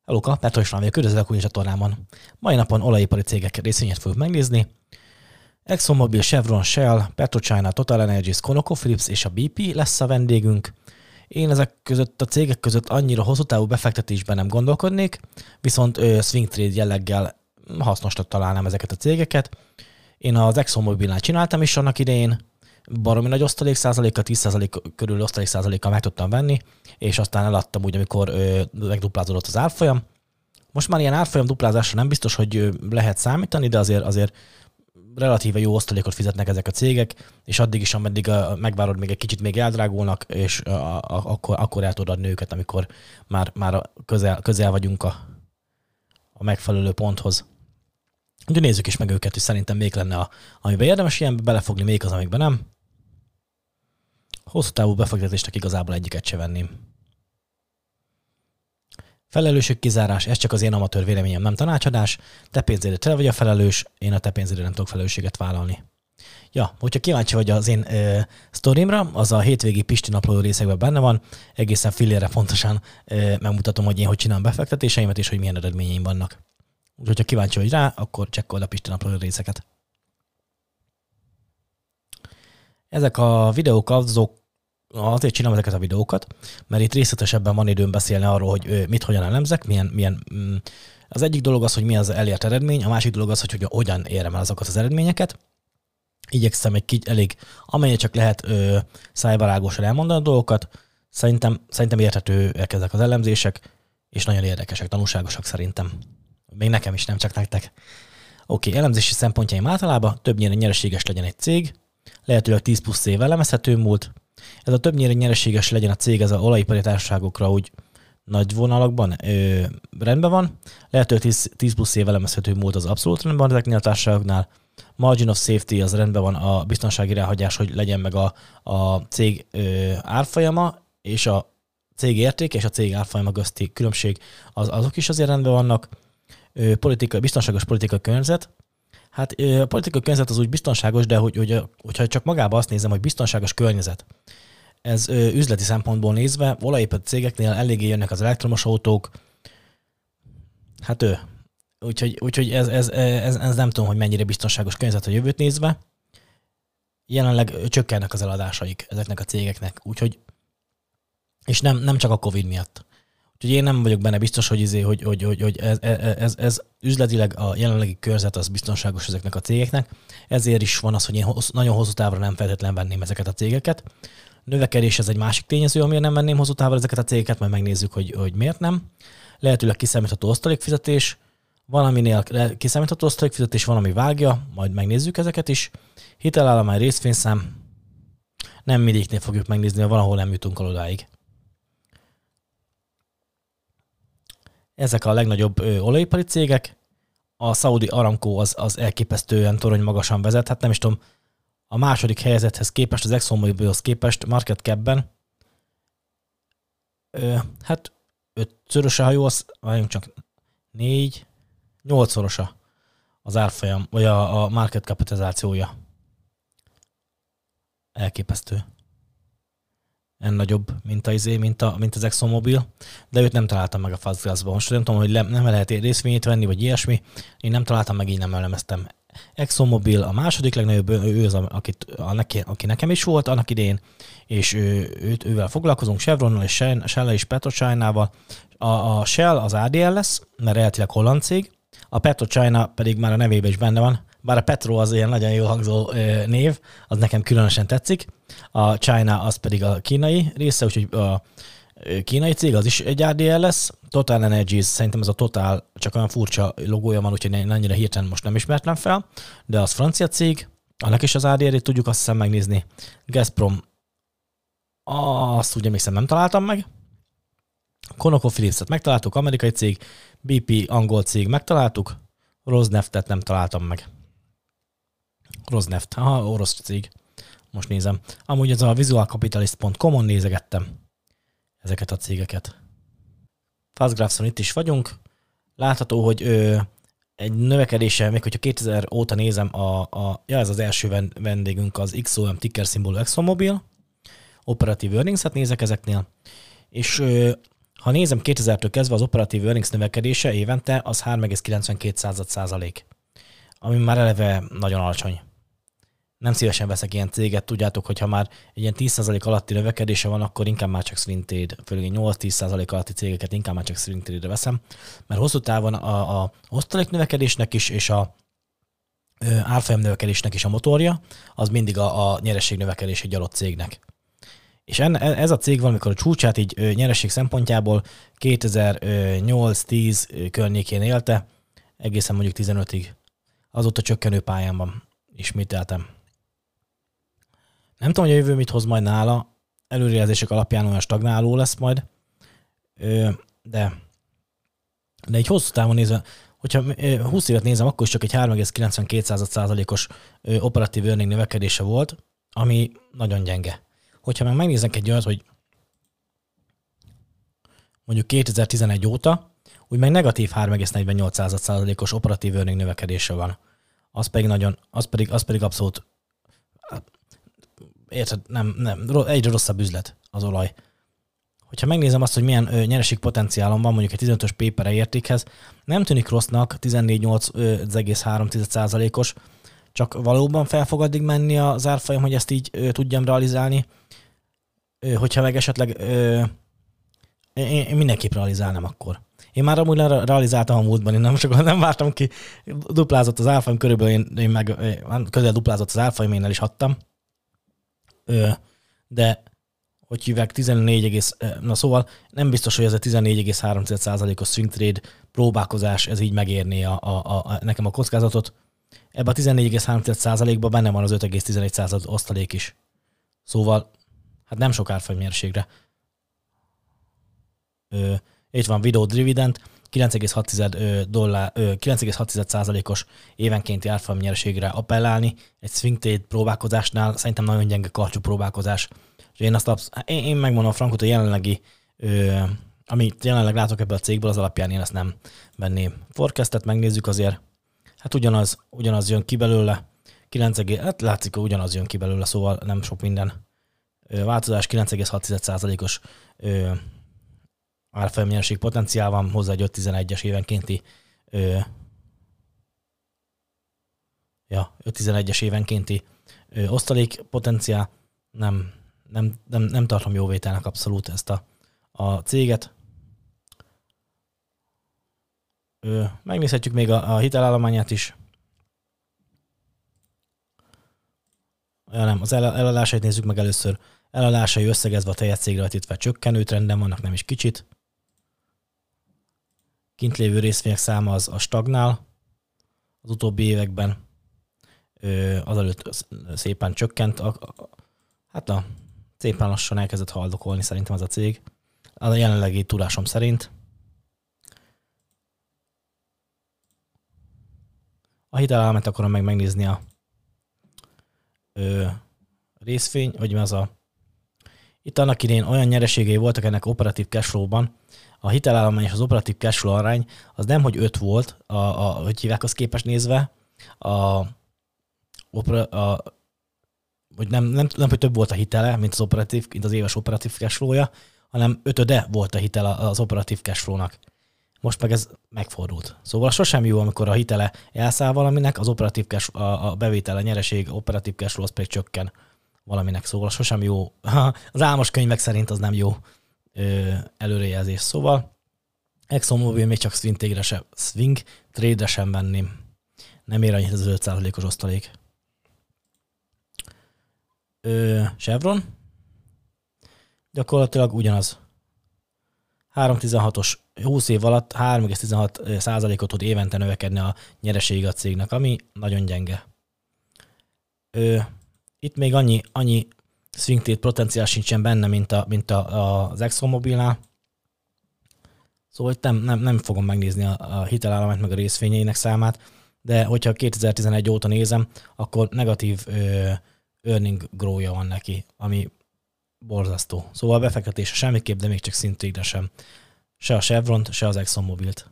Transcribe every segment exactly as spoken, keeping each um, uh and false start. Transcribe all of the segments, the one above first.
Hello, Petro is valami a Körözőek új csatornában. Mai napon olajipari cégek részvényét fogjuk megnézni. ExxonMobil, Chevron, Shell, PetroChina, TotalEnergies, ConocoPhillips és a bé pé lesz a vendégünk. Én ezek között a cégek között annyira hosszú távú befektetésben nem gondolkodnék, viszont ö, swing trade jelleggel hasznosnak találnám ezeket a cégeket. Én az ExxonMobilnál csináltam is annak idején, baromi nagy osztalék százaléka, tíz százalék körül osztalék százalékkal meg tudtam venni, és aztán eladtam úgy, amikor ö, megduplázódott az árfolyam. Most már ilyen árfolyam duplázásra nem biztos, hogy ö, lehet számítani, de azért, azért relatíve jó osztalékot fizetnek ezek a cégek, és addig is, ameddig a, megvárod, még egy kicsit még eldrágulnak, és a, a, akkor, akkor el tudod adni őket, amikor már, már közel, közel vagyunk a, a megfelelő ponthoz. Úgyhogy nézzük is meg őket, és szerintem még lenne, a, amiben érdemes ilyenbe belefogni, még az, amikben nem. Hosszú távú befektetésnek igazából egyiket se venném. Felelősség kizárás, ez csak az én amatőr véleményem, nem tanácsadás. Te pénzéért te vagy a felelős, én a te pénzéért nem tudok felelősséget vállalni. Ja, hogyha kíváncsi vagy az én ö, sztorimra, az a hétvégi Pisti napló részekben benne van, egészen fillére pontosan ö, megmutatom, hogy én hogy csinálom befektetéseimet, és hogy milyen eredményeim vannak. Úgyhogy ha kíváncsi vagy rá, akkor csekkold a Pisti napló részeket. Ezek a videók azok, azért csinálom ezeket a videókat, mert itt részletesebben van időm beszélni arról, hogy mit hogyan elemzek, milyen, milyen, az egyik dolog az, hogy mi az elért eredmény, a másik dolog az, hogy hogyan érem el azokat az eredményeket. Igyekszem egy kicsit elég, amennyire csak lehet ö, szájbarágosan elmondani a dolgokat. Szerintem, szerintem érthetőek ezek az elemzések, és nagyon érdekesek, tanulságosak szerintem. Még nekem is, nem csak nektek. Oké, okay, elemzési szempontjaim általában többnyire nyereséges legyen egy cég, lehetőleg tíz plusz év elemezhető múlt. Ez a többnyire nyereséges legyen a cég, ez az olajipari társaságokra úgy nagy vonalakban ö, rendben van. Lehetőleg tíz, tíz plusz év elemezhető múlt az abszolút rendben van ezeknél a társaságoknál. Margin of safety az rendben van, a biztonsági ráhagyás, hogy legyen meg a, a cég ö, árfolyama, és a cég értéke és a cég árfolyama közti különbség, az, azok is azért rendben vannak. Ö, politika, biztonságos politikai környezet. Hát a politikai környezet az úgy biztonságos, de hogy, hogy, hogyha csak magába azt nézem, hogy biztonságos környezet, ez ö, üzleti szempontból nézve, olajipari cégeknél eléggé jönnek az elektromos autók, hát ő. Úgyhogy, úgyhogy ez, ez, ez, ez nem tudom, hogy mennyire biztonságos környezet a jövőt nézve. Jelenleg csökkennek az eladásaik ezeknek a cégeknek, úgyhogy, és nem, nem csak a Covid miatt. Úgyhogy én nem vagyok benne biztos, hogy, izé, hogy, hogy, hogy, hogy ez, ez, ez üzletileg a jelenlegi körzet az biztonságos ezeknek a cégeknek. Ezért is van az, hogy én hossz, nagyon hosszú távra nem feltétlenül venném ezeket a cégeket. Növekedés ez egy másik tényező, amiért nem venném hosszú távra ezeket a cégeket, majd megnézzük, hogy, hogy miért nem. Lehetőleg kiszámítható osztalékfizetés, valaminél kiszámítható osztalékfizetés, valami vágja, majd megnézzük ezeket is. Hitelállomány, részvényszám, nem mindegyiknél fogjuk megnézni, mert valahol nem jutunk el odáig. Ezek a legnagyobb ö, olajipari cégek. A Saudi Aramco az, az elképesztően torony magasan vezet. Hát nem is tudom, a második helyezethez képest, az ExxonMobilhoz képest market capben, ö, hát ötszöröse, ha jó, az, várjunk csak, négy, nyolcszorosa az árfolyam, vagy a, a market kapitalizációja. Elképesztő. En nagyobb, mint, a izé, mint, a, mint az ExxonMobil, de őt nem találtam meg a Fastgrass-ban. Most nem tudom, hogy le, nem lehet részvényét venni, vagy ilyesmi. Én nem találtam meg, így nem elemeztem. ExxonMobil a második legnagyobb, ő az, akit, a neki, aki nekem is volt annak idején, és ő, őt, ővel foglalkozunk, Chevronnal és Shell-el és PetroChina-val. A, a Shell az á dé el lesz, mert eredetileg holland cég, a PetroChina pedig már a nevében is benne van, bár a Petro az ilyen nagyon jó hangzó név, az nekem különösen tetszik. A China az pedig a kínai része, úgyhogy a kínai cég az is egy á dé el lesz. TotalEnergies, szerintem ez a Total, csak olyan furcsa logója van, úgyhogy annyira hirtelen most nem ismertem fel, de az francia cég, annak is az á dé el-ét tudjuk azt hiszem megnézni. Gazprom, azt úgy emlékszem nem találtam meg. ConocoPhillips-et megtaláltuk, amerikai cég, bé pé angol cég megtaláltuk, Rosneftet nem találtam meg. Rosneft, aha, orosz cég. Most nézem. Amúgy ez a visualcapitalist pont com-on nézegettem ezeket a cégeket. Fastgraphson itt is vagyunk. Látható, hogy ö, egy növekedése, még hogyha kétezer óta nézem, a, a, ja, ez az első vendégünk az iksz o em ticker szimbólú ExxonMobil. Operatív earnings-et nézek ezeknél. És ö, Ha nézem kétezertől kezdve, az operatív earnings növekedése évente az három egész kilencvenkét százalék, ami már eleve nagyon alacsony. Nem szívesen veszek ilyen céget, tudjátok, hogy ha már egy ilyen tíz százalék alatti növekedése van, akkor inkább már csak swing trade, főleg nyolc-tíz százalék alatti cégeket inkább már csak swing trade-re veszem, mert hosszú távon a, a osztalék növekedésnek is, és a árfolyam növekedésnek is a motorja, az mindig a, a nyereség növekedés egy adott cégnek. És enne, ez a cég valamikor a csúcsát így nyereség szempontjából kétezer-nyolc-tíz környékén élte, egészen mondjuk tizenötig. Azóta csökkenő pályán van. Ismételtem. Nem tudom, hogy a jövő mit hoz majd nála, előrejelzések alapján olyan stagnáló lesz majd, de, de egy hosszú távon nézve, hogyha húsz évet nézem, akkor is csak egy három egész kilencvenkét százalékos operatív earning növekedése volt, ami nagyon gyenge. Hogyha meg megnéznek egy olyat, hogy mondjuk kétezer-tizenegy óta, úgy meg negatív három egész negyvennyolc százalékos operatív earning növekedése van. Az pedig nagyon, az pedig, az pedig abszolút, érted, nem, nem, egyre rosszabb üzlet az olaj. Hogyha megnézem azt, hogy milyen nyereség potenciálom van mondjuk egy tizenötös paper értékhez, nem tűnik rossznak tizennégy egész nyolc három százalékos, csak valóban fel fog addig menni az árfolyam, hogy ezt így ö, tudjam realizálni. Ö, hogyha meg esetleg ö, én, én mindenképp realizálnám akkor. Én már amúgy realizáltam a múltban, én nem sokan nem vártam ki, duplázott az árfolyam, körülbelül én, én meg közel duplázott az árfolyam, én el is hattam. Ö, de hogy hívják, tizennégy, na szóval nem biztos, hogy ez a tizennégy egész három százalékos swing trade próbálkozás, ez így megérné a, a, a, nekem a kockázatot. Ebben a tizennégy egész három százalékban benne van az öt egész tizenegy százalék osztalék is. Szóval, hát nem sok árfolyamnyerségre. Ö, itt van videó dividend, kilenc egész hat dollár, kilenc egész hat százalékos évenkénti árfolyamnyerségre appellálni. Egy swing trade próbálkozásnál szerintem nagyon gyenge karcsú próbálkozás. És én azt absz- én, én megmondom Frankot, a jelenlegi, ö, amit jelenleg látok ebből a cégből, az alapján én ezt nem venném. Forecastet megnézzük azért. Hát ugyanaz, ugyanaz jön ki belőle. kilenc, hát látszik, hogy ugyanaz jön ki belőle, szóval nem sok minden. Ö, változás kilenc egész hat százalékos ö, árfolyamnyereség potenciál van, hozzá egy öt tizenegyes évenkénti ö, ja, öt tizenegyes évenkénti ö, osztalék potenciál. Nem, nem, nem, nem tartom jó vételnek abszolút ezt a, a céget. Ö, megnézhetjük még a, a hitelállományát is. Ja, nem, az el, eladásait nézzük meg először. Eladásai összegezve a teljes cégre vetítve csökkenő trenden vannak, nem is kicsit. Kint lévő részvények száma az a stagnál az utóbbi években. Ö, azelőtt szépen csökkent. A, a, hát a szépen lassan elkezdett haldokolni szerintem ez a cég. A jelenlegi tudásom szerint. A hitelállományt akarom meg megnézni a ö, részvény, vagy mi az a... Itt annak idején olyan nyereségei voltak ennek operatív cashflow-ban, a hitelállomány és az operatív cashflow arány az nem, hogy öt volt, a, a, hogy hívják, az képest nézve, a, opera, a hogy nem, nem, nem, hogy több volt a hitele, mint az operatív, mint az éves operatív cashflow-ja, hanem ötöde volt a hitele az operatív cashflow-nak. Most meg ez megfordult. Szóval sosem jó, amikor a hitele elszáll valaminek, az operatív cash, a, a bevétel, a nyereség, operatív cashflow az pedig csökken valaminek. Szóval sosem jó. Az álmos könyvek szerint az nem jó ö, előrejelzés. Szóval ExxonMobil még csak swing trade-re sem, swing trade-re sem venném. Nem ér annyit az öt százalékos osztalék. Ö, Chevron. Gyakorlatilag ugyanaz. három tizenhatos húsz év alatt három egész tizenhat százalékot tud évente növekedni a nyeresége a cégnek, ami nagyon gyenge. Ö, itt még annyi, annyi swing trade potenciál sincsen benne, mint, a, mint a, az ExxonMobilnál. Szóval nem, nem, nem fogom megnézni a, a hitelállományt meg a részvényeinek számát, de hogyha kétezer-tizenegy óta nézem, akkor negatív ö, earning growja van neki, ami borzasztó. Szóval a befektetése semmiképp, de még csak szintén sem. Se a Chevront, se az ExxonMobilt.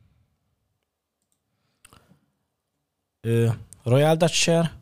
Ö, Royal Dutch Share.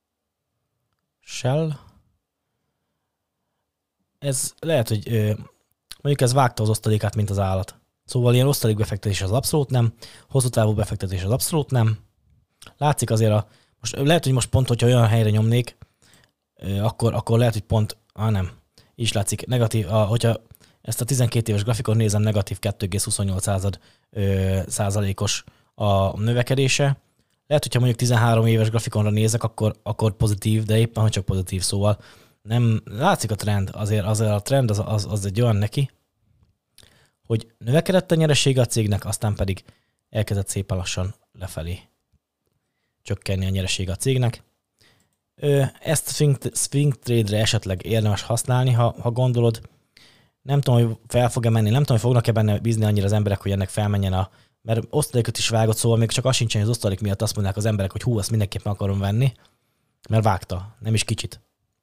Shell. Ez lehet, hogy ö, Mondjuk ez vágta az osztalékát, mint az állat. Szóval ilyen osztalékbefektetés az abszolút nem, hosszú távú befektetés az abszolút nem. Látszik azért a... Most lehet, hogy most pont, hogyha olyan helyre nyomnék, akkor, akkor lehet, hogy pont... Ah, nem. Így látszik. Negatív, a, hogyha ezt a tizenkét éves grafikon nézem, negatív kettő egész huszonnyolc század, ö, százalékos a növekedése. Lehet, hogyha mondjuk tizenhárom éves grafikonra nézek, akkor, akkor pozitív, de éppen, hogy csak pozitív, szóval nem látszik a trend. Azért, azért a trend az, az, az egy olyan neki, hogy növekedett a nyeresége a cégnek, aztán pedig elkezdett szépen lassan lefelé csökkenni a nyeresége a cégnek. Ezt swing, swing trade-re esetleg érdemes használni, ha, ha gondolod. Nem tudom, hogy fel fog-e menni, nem tudom, hogy fognak-e benne bízni annyira az emberek, hogy ennek felmenjen a... Mert osztalékot is vágott, szóval még csak az sincsen, hogy az osztalék miatt azt mondják az emberek, hogy hú, ezt mindenképpen akarom venni, mert vágta, nem is kicsit.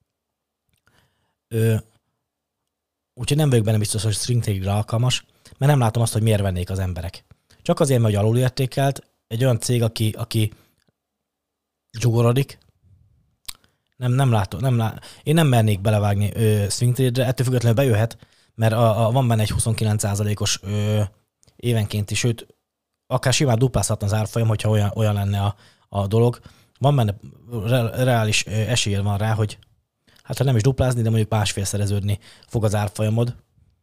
Ö, úgyhogy nem vagyok benne biztos, hogy swing trade-re alkalmas, mert nem látom azt, hogy miért vennék az emberek. Csak azért, mert alulértékelt, egy olyan cég, aki, aki zsugorodik, nem, nem látom, nem lát, én nem mernék belevágni ö, swing trade-re, ettől függetlenül bejöhet, mert a, a, van benne egy huszonkilenc százalékos ö, évenkénti, sőt, akár simán duplázhatna az árfolyam, hogyha olyan, olyan lenne a, a dolog. Van benne re, reális esély van rá, hogy hát ha nem is duplázni, de mondjuk másfélszereződni fog az árfolyamod.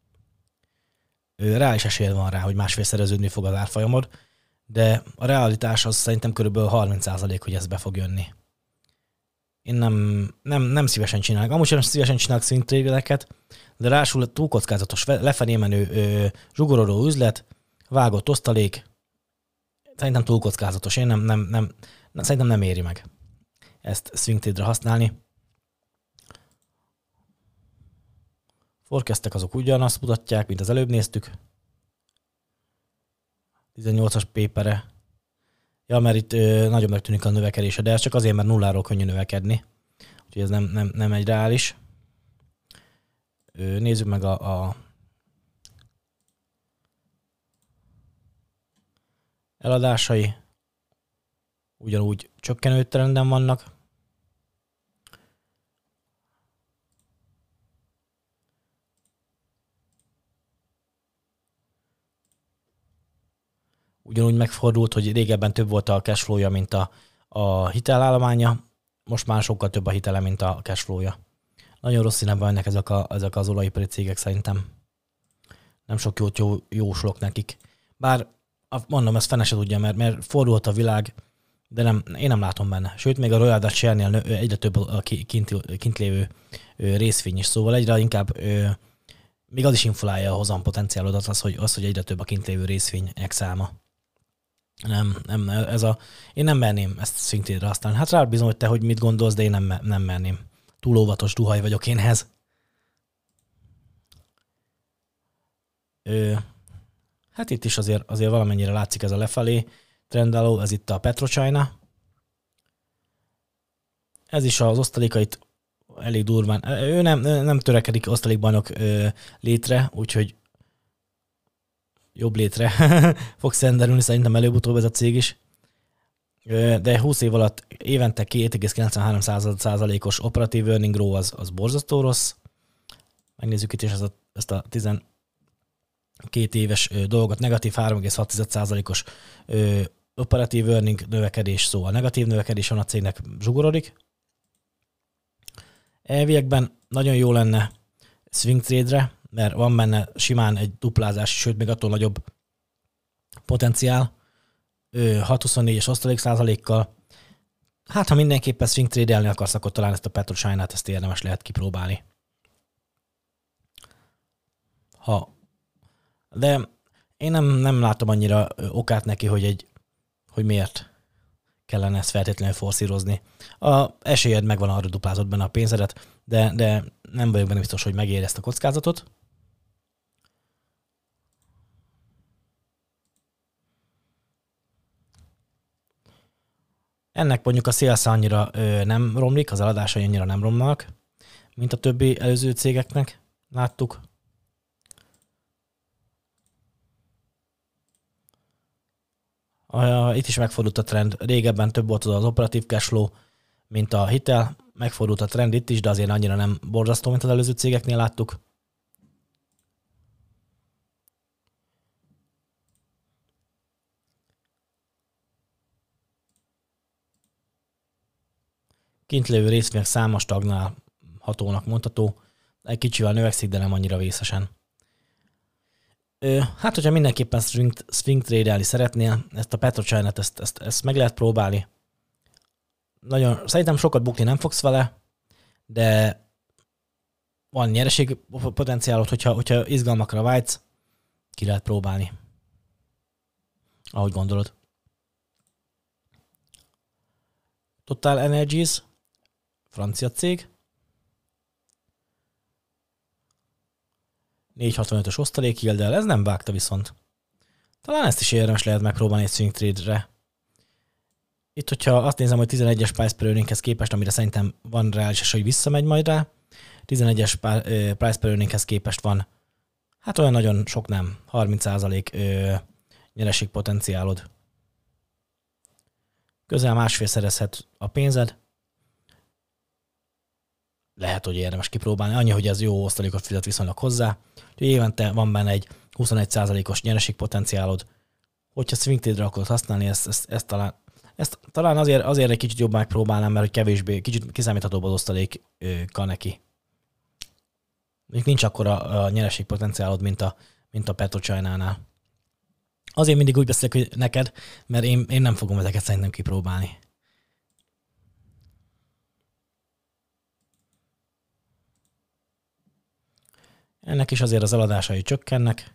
Reális esély van rá, hogy másfélszereződni fog az árfolyamod, de a realitás az szerintem körülbelül harminc százalék, hogy ez be fog jönni. Én nem, nem, nem szívesen csinálok. Amúgy sem szívesen csinálok swing trade-eket, de rásul túl kockázatos, lefelé menő ö, zsugorodó üzlet, vágott osztalék, szerintem túl kockázatos. Én nem, nem, nem, nem, szerintem nem éri meg ezt swing trade-re használni. Forecastek azok ugyanazt mutatják, mint az előbb néztük. tizennyolcas pépere. Ja, mert itt ö, nagyobbnak tűnik a növekedése, de ez csak azért, mert nulláról könnyű növekedni. Úgyhogy ez nem, nem, nem egy reális. Ö, nézzük meg a, a eladásai. Ugyanúgy csökkenő trenden vannak. Ugyanúgy megfordult, hogy régebben több volt a cashflow-ja, mint a, a hitelállománya, most már sokkal több a hitele, mint a cashflow-ja. Nagyon rossz színben vannak ezek, a, ezek az olajipari cégek szerintem. Nem sok jót jó, jósolok nekik. Bár mondom, ezt fene se tudja, mert, mert fordult a világ, de nem, én nem látom benne. Sőt, még a Royal Dutch Share-nél egyre több a kint, kint lévő részvény is, szóval egyre inkább még az is inflálja a hozam potenciálodat, az, hogy, az, hogy egyre több a kint lévő részvények száma. Nem, nem, ez a... Én nem merném ezt swing trade-re használni. Hát rád bizony, hogy te hogy mit gondolsz, de én nem, nem merném. Túl óvatos duhaj vagyok én ehhez. Ö, hát itt is azért, azért valamennyire látszik ez a lefelé trendáló, ez itt a PetroChina. Ez is az osztalékait elég durván. Ő nem, nem törekedik osztalékbajnok létre, úgyhogy jobb létre fog szenderülni szerintem előbb-utóbb ez a cég is. De húsz év alatt évente két egész kilencvenhárom százalékos operatív earning grow az, az borzasztó rossz. Megnézzük itt is ezt a, ezt a tizenkét éves dolgot, negatív három egész hat százalékos operatív earning növekedés, szóval negatív növekedés van a cégnek, zsugorodik. Elviekben nagyon jó lenne swing trade-re, mert van benne simán egy duplázás, sőt még attól nagyobb potenciál, hat egész huszonnégyes osztalék százalékkal. Hát, ha mindenképpen swing trade-elni akarsz, akkor talán ezt a PetroChina-t, ezt érdemes lehet kipróbálni. Ha. De én nem, nem látom annyira okát neki, hogy, egy, hogy miért kellene ezt feltétlenül forszírozni. A esélyed megvan arra, duplázod benne a pénzedet, de, de nem vagyok benne biztos, hogy megéri ezt a kockázatot. Ennek mondjuk a sales annyira ö, nem romlik, az eladásai annyira nem romlanak, mint a többi előző cégeknek láttuk. A, itt is megfordult a trend. Régebben több volt az operatív cashflow, mint a hitel. Megfordult a trend itt is, de azért annyira nem borzasztó, mint az előző cégeknél láttuk. Kint lévő részvények száma stagnál, hatónak mondható. Egy kicsivel növekszik, de nem annyira vészesen. Hát, hogyha mindenképpen swing, swing trade-elni szeretnél, ezt a PetroChina-t, ezt, ezt, ezt meg lehet próbálni. Nagyon, szerintem sokat bukni nem fogsz vele, de van nyereség potenciálod, hogyha, hogyha izgalmakra vágysz, ki lehet próbálni. Ahogy gondolod. Total Energies, francia cég. négy hatvanötös osztalék yield-el, ez nem vágta viszont. Talán ezt is érdemes lehet megpróbálni egy swing trade-re. Itt, hogyha azt nézem, hogy tizenegyes price per earninghez képest, amire szerintem van reális esély, hogy visszamegy majd rá, tizenegyes price per earninghez képest van, hát olyan nagyon sok nem, harminc százalék nyereségpotenciálod. Közel másfél szerezhet a pénzed. Lehet, hogy érdemes kipróbálni. Annyi, hogy ez jó osztalékot fizet viszonylag hozzá. Úgyhogy évente van benne egy huszonegy százalékos nyereségpotenciálod. Hogyha swing trade-re akarod használni, ezt, ezt, ezt, talán, ezt talán azért, azért egy kicsit jobban megpróbálnám, mert hogy kevésbé, kicsit kiszámíthatóbb az osztaléka neki. Még nincs akkora a nyereségpotenciálod, mint a, mint a PetroChina-nál. Azért mindig úgy beszélek, hogy neked, mert én, én nem fogom ezeket szerintem kipróbálni. Ennek is azért az eladásai csökkennek.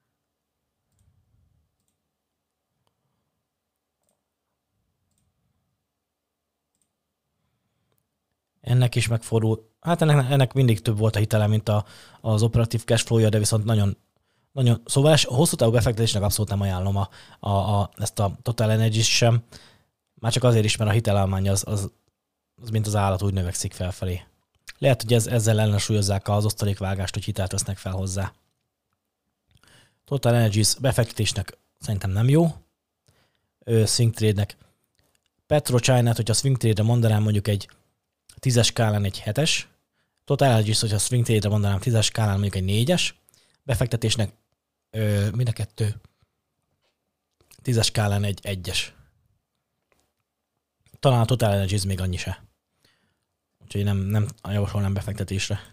Ennek is megfordul. Hát ennek, ennek mindig több volt a hitele, mint a, az operatív cashflow-ja, de viszont nagyon, nagyon... Szóval a hosszú távú befektetésnek abszolút nem ajánlom a, a, a, ezt a Total Energies sem. Már csak azért is, mert a hitelállomány az, az, az mint az állat úgy növekszik felfelé. Lehet, hogy ez, ezzel ellensúlyozzák az osztalékvágást, hogy hitelt vesznek fel hozzá. Total Energies befektetésnek szerintem nem jó. Swing trade-nek. PetroChina-t, hogyha swing trade-re mondanám mondjuk egy tízes skálán egy hetes. Total Energies, hogyha swing trade-re mondanám tízes skálán mondjuk egy négyes. Befektetésnek ö, mind a kettő tízes skálán egy egyes. Talán a Total Energies még annyi se. Úgyhogy nem, nem javasolnám befektetésre.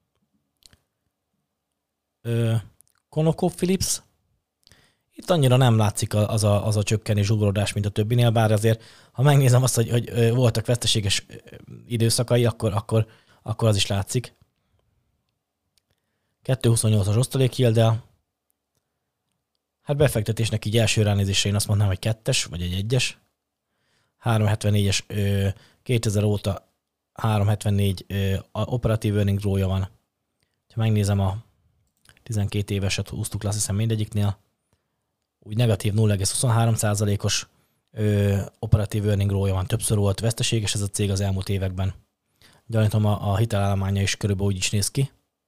Ö, ConocoPhillips. Itt annyira nem látszik az a, az a csökkenés, zsugorodás, mint a többinél, bár azért, ha megnézem azt, hogy, hogy voltak veszteséges időszakai, akkor, akkor, akkor az is látszik. kettő huszonnyolcas osztalék yield-el. Hát befektetésnek így első ránézésre én azt mondnám, hogy kettes, vagy egy egyes. három hetvennégyes kétezer óta három hetvennégy ö, operatív earning growja van. Ha megnézem a tizenkét éveset, húztuk le azt hiszem mindegyiknél, úgy negatív nulla egész huszonhárom százalékos ö, operatív earning growja van. Többször volt veszteséges ez a cég az elmúlt években. Gyanítom a, a hitelállománya is körülbelül úgy is néz ki.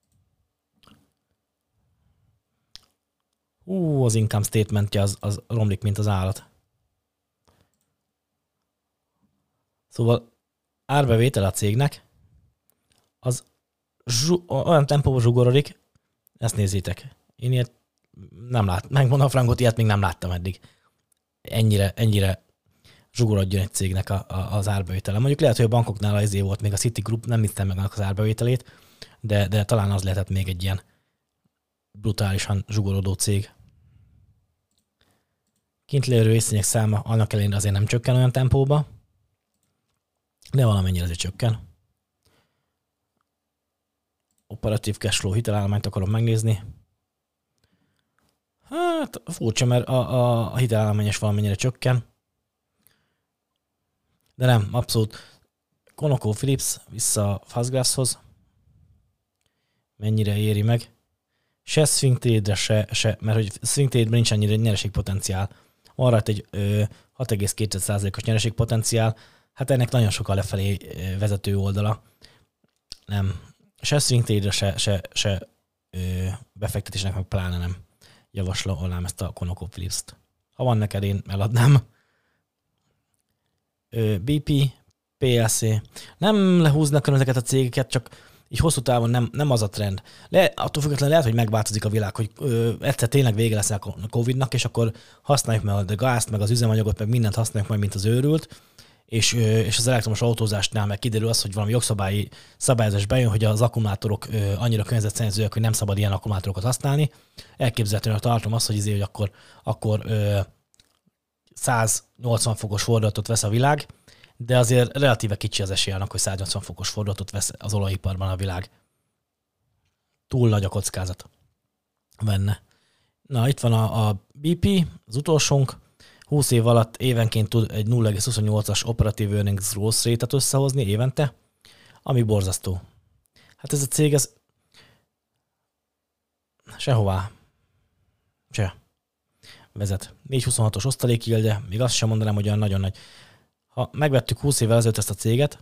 Hú, az income statementje az, az romlik, mint az állat. Szóval árbevétel a cégnek, az zsu- olyan tempóban zsugorodik, ezt nézzétek. Én ilyet nem láttam, megmondom a frankot, ilyet még nem láttam eddig. Ennyire, ennyire zsugorodjon egy cégnek a, a, az árbevétele. Mondjuk lehet, hogy a bankoknál az volt, még a Citigroup, nem hittem meg az árbevételét, de, de talán az lehetett még egy ilyen brutálisan zsugorodó cég. Kint lévő részvények száma annak ellenére azért nem csökken olyan tempóba, de valamennyire azért csökken. Operatív cashflow hitelállományt akarom megnézni. Hát furcsa, mert a, a, a hitelállomány is valamennyire csökken. De nem, abszolút. ConocoPhillips vissza Fastgraphshoz. Mennyire éri meg? Se swing trade-re, se, se, mert hogy swing trade-ben nincs annyira nyereségpotenciál. Van rajta egy ö, hat egész két százalékos nyereségpotenciál. Hát ennek nagyon sokkal lefelé vezető oldala. Nem. Se swing trade-re, se, se, se ö, befektetésnek meg pláne nem javasolnám ezt a ConocoPhillips-t. Ha van neked, én eladnám. Ö, bé pé, pé el cé. Nem lehúznak ezeket a cégeket, csak így hosszú távon nem, nem az a trend. Le, attól függetlenül lehet, hogy megváltozik a világ, hogy ö, egyszer tényleg vége lesz a Covidnak, és akkor használjuk meg a gázt, meg az üzemanyagot, meg mindent használjuk majd, mint az őrült, és, és az elektromos autózásnál meg kiderül az, hogy valami jogszabályi szabályozás bejön, hogy az akkumulátorok annyira környezetszennyezőek, hogy nem szabad ilyen akkumulátorokat használni. Elképzelhetően tartom azt, hogy, izé, hogy akkor, akkor száznyolcvan fokos fordulatot vesz a világ, de azért relatíve kicsi az esély annak, hogy száznyolcvan fokos fordulatot vesz az olajiparban a világ. Túl nagy a kockázat benne. Na, itt van a, a bé pé, az utolsónk. húsz év alatt évenként tud egy nulla egész huszonnyolcas operatív earnings growth rate-et összehozni évente, ami borzasztó. Hát ez a cég, ez sehová se vezet. négy egész huszonhatos osztalékyield, de még azt sem mondanám, hogy olyan nagyon nagy. Ha megvettük húsz évvel ezelőtt ezt a céget,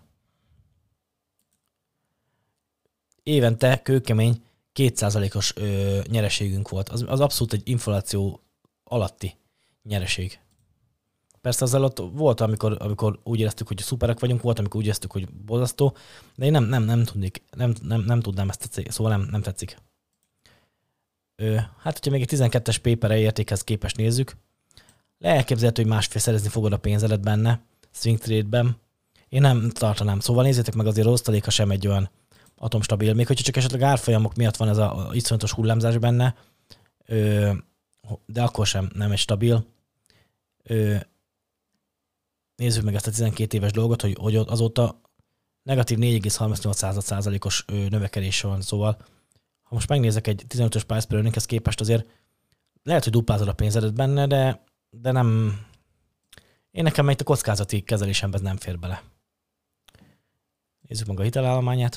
évente kőkemény két százalékos ö, nyereségünk volt. Az, az abszolút egy infláció alatti nyereség. Persze az alatt volt, amikor, amikor úgy éreztük, hogy szuperek vagyunk, volt, amikor úgy éreztük, hogy borzasztó, de én nem, nem, nem, tudnék, nem, nem, nem tudnám ezt a cég, szóval nem, nem tetszik. Ö, hát, hogyha még egy tizenkettes paper értékhez képest nézzük, elképzelhető, hogy másfél szerezni fogod a pénzedet benne, swing trade-ben. Én nem tartanám. Szóval nézzétek meg, azért osztaléka sem egy olyan atomstabil. Még hogyha csak esetleg árfolyamok miatt van ez a iszonyatos hullámzás benne, ö, de akkor sem nem egy stabil. Ö, nézzük meg ezt a tizenkét éves dolgot, hogy, hogy azóta negatív négy egész harmincnyolc százalékos növekedés van. Szóval, ha most megnézek egy tizenötös price per earninghez képest, azért lehet, hogy duplázod a pénzedet benne, de, de nem... Én nekem itt a kockázati kezelésemben nem fér bele. Nézzük meg a hitelállományát.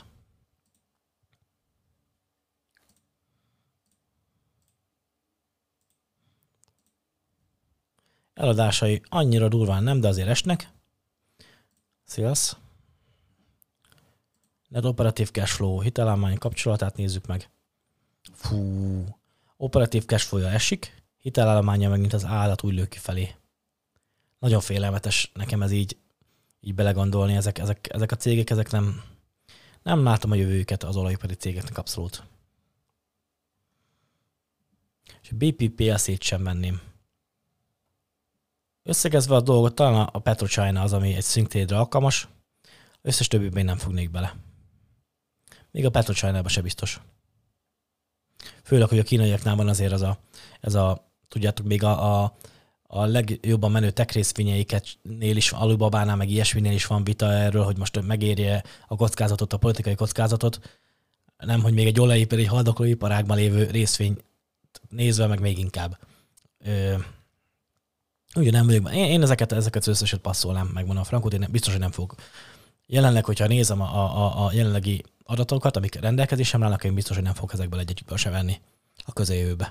Eladásai annyira durván nem, de azért esnek. Sales. Net operatív cashflow, hitelállomány kapcsolatát nézzük meg. Fú, operatív cashflow-ja esik, hitelállománya megint az állat úgy lő kifelé. Nagyon félelmetes nekem ez így, így belegondolni. Ezek, ezek, ezek a cégek, ezek nem, nem látom a jövőjüket az olajipari cégeknek abszolút. És a bé pé pé el cé-t sem venném. Összegezve a dolgot, talán a PetroChina az, ami egy swing trade-re alkalmas, összes többiben nem fognék bele. Még a PetroChina-ban se biztos. Főleg, hogy a kínaiaknál van azért az a, ez a, tudjátok, még a, a, a legjobban menő tech részvényeiknél is, Alibabánál, meg ilyesminél is van vita erről, hogy most megérje a kockázatot, a politikai kockázatot, nem, hogy még egy olajipari, egy haldoklóiparágban lévő részvény nézve, meg még inkább. Ö, ugye nem vagyok, én, én ezeket, ezeket az összeset passzolnám, megmondom a frankot, én biztos, hogy nem fogok. Jelenleg, hogyha nézem a, a, a jelenlegi adatokat, amik rendelkezésem állnak, én biztos, hogy nem fogok ezekből egy-egyikből se venni a közeljövőbe.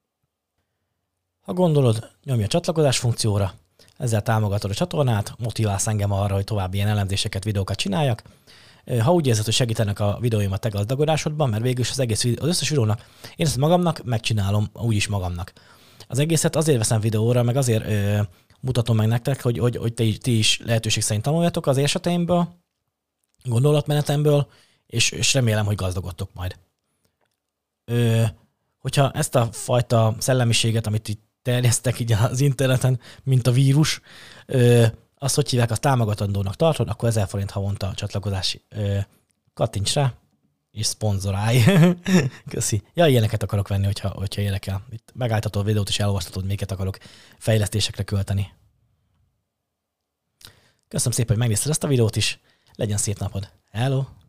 Ha gondolod, nyomj a csatlakozás funkcióra, ezzel támogatod a csatornát, motiválsz engem arra, hogy további ilyen elemzéseket, videókat csináljak. Ha úgy érzed, hogy segítenek a videóim a te gazdagodásodban, mert végül is az egész az összes videónak, én ezt magamnak megcsinálom, úgyis magamnak. Az egészet azért veszem videóra, meg azért ö, mutatom meg nektek, hogy, hogy, hogy ti, ti is lehetőség szerint tanuljatok az eseteimből, gondolatmenetemből, és, és remélem, hogy gazdagodtok majd. Ö, hogyha ezt a fajta szellemiséget, amit itt terjesztek így az interneten, mint a vírus, ö, azt, hogy hívják, azt támogatandónak tartod, akkor ezer forint havonta csatlakozás. Ö, kattints rá, és szponzorálj. Köszi. Ja, ilyeneket akarok venni, hogyha, hogyha érdekel. Itt megálltatod a videót, és elolvastatod, miket akarok fejlesztésekre költeni. Köszönöm szépen, hogy megnézted ezt a videót is. Legyen szép napod. Hello!